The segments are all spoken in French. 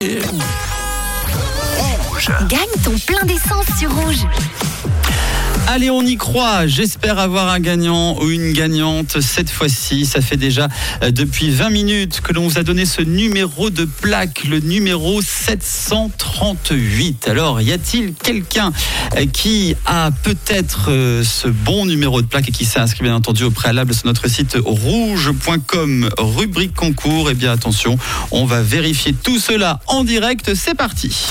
Gagne ton plein d'essence sur Rouge. Allez, on y croit. J'espère avoir un gagnant ou une gagnante cette fois-ci. Ça fait déjà depuis 20 minutes que l'on vous a donné ce numéro de plaque, le numéro 738. Alors, y a-t-il quelqu'un qui a peut-être ce bon numéro de plaque et qui s'est inscrit bien entendu au préalable sur notre site rouge.com, rubrique concours? Eh bien, attention, on va vérifier tout cela en direct. C'est parti.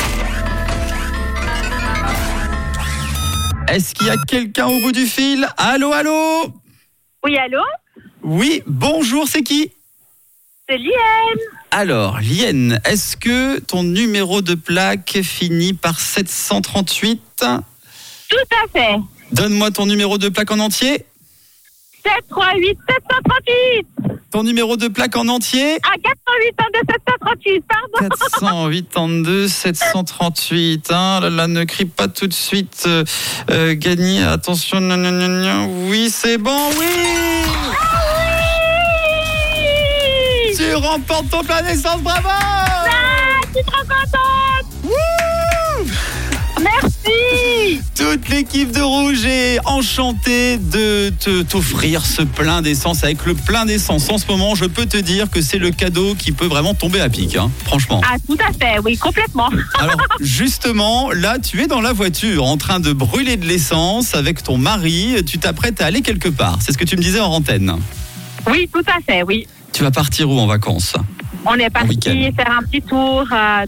Est-ce qu'il y a quelqu'un au bout du fil? Allô, allô? Oui, allô? Oui, bonjour, c'est qui? C'est Lienne. Alors, Lienne, est-ce que ton numéro de plaque finit par 738? Tout à fait. Donne-moi ton numéro de plaque en entier. 738 738. Ton numéro de plaque en entier? Ah, 482 738, pardon. 482 738. Hein, là, ne crie pas tout de suite. Gagner, attention. Oui, c'est bon, oui. Oui. Tu remportes ton plein d'essence, bravo. Ah, je suis trop contente. Wouh. Merci. Toute l'équipe de Rouge est enchantée de t'offrir ce plein d'essence. Avec le plein d'essence en ce moment, je peux te dire que c'est le cadeau qui peut vraiment tomber à pic, hein, franchement. Ah, tout à fait, oui, complètement. Alors, justement, là, tu es dans la voiture en train de brûler de l'essence avec ton mari. Tu t'apprêtes à aller quelque part. C'est ce que tu me disais en antenne. Oui, tout à fait, oui. Tu vas partir où en vacances? On est parti week-end. faire un petit tour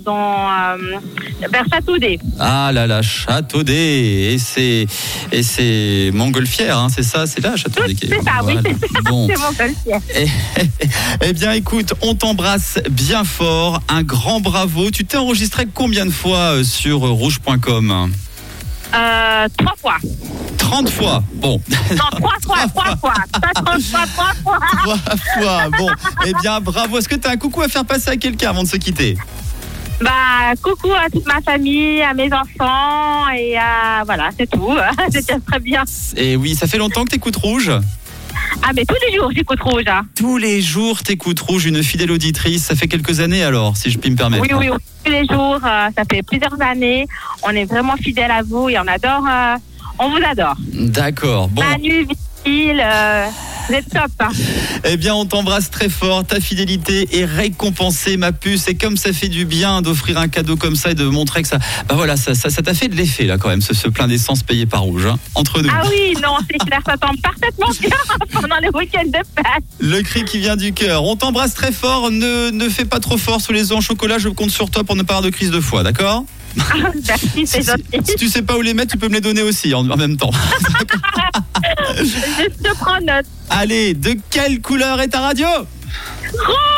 vers Châteaudet. Ah là là, Châteaudet. Et c'est Montgolfière, hein, c'est ça? C'est là, Châteaudet. C'est ça, voilà. oui, c'est ça. Bon. C'est Montgolfière. Eh bien, écoute, on t'embrasse bien fort. Un grand bravo. Tu t'es enregistré combien de fois sur rouge.com? 3 fois. 30 fois. Bon. Non, 3 fois. Pas 30 fois, 3 fois. 3 fois. Bon. Eh bien, bravo. Est-ce que tu as un coucou à faire passer à quelqu'un avant de se quitter? Bah, coucou à toute ma famille, à mes enfants, et voilà, c'est tout. C'est déjà très bien. Et oui, ça fait longtemps que t'écoutes Rouge? Ah, mais tous les jours, j'écoute Rouge. Hein. Tous les jours, t'écoutes Rouge, une fidèle auditrice. Ça fait quelques années alors, si je puis me permettre. Oui, tous les jours, ça fait plusieurs années. On est vraiment fidèles à vous et on adore, on vous adore. D'accord. Bon. Manu, Vicile, vous êtes top. Hein. Eh bien, on t'embrasse très fort. Ta fidélité est récompensée, ma puce. Et comme ça fait du bien d'offrir un cadeau comme ça et de montrer que ça, bah voilà, ça t'a fait de l'effet là quand même, ce plein d'essence payé par Rouge, hein, entre nous. Ah oui, non, c'est clair, ça tombe parfaitement bien pendant les week-ends de Pâques. Le cri qui vient du cœur. On t'embrasse très fort. Ne fais pas trop fort sous les œufs en chocolat. Je compte sur toi pour ne pas avoir de crise de foie, d'accord? Ah, merci, c'est gentil. Si tu sais pas où les mettre, tu peux me les donner aussi en même temps. Je te prends note. Allez, de quelle couleur est ta radio? Rouge.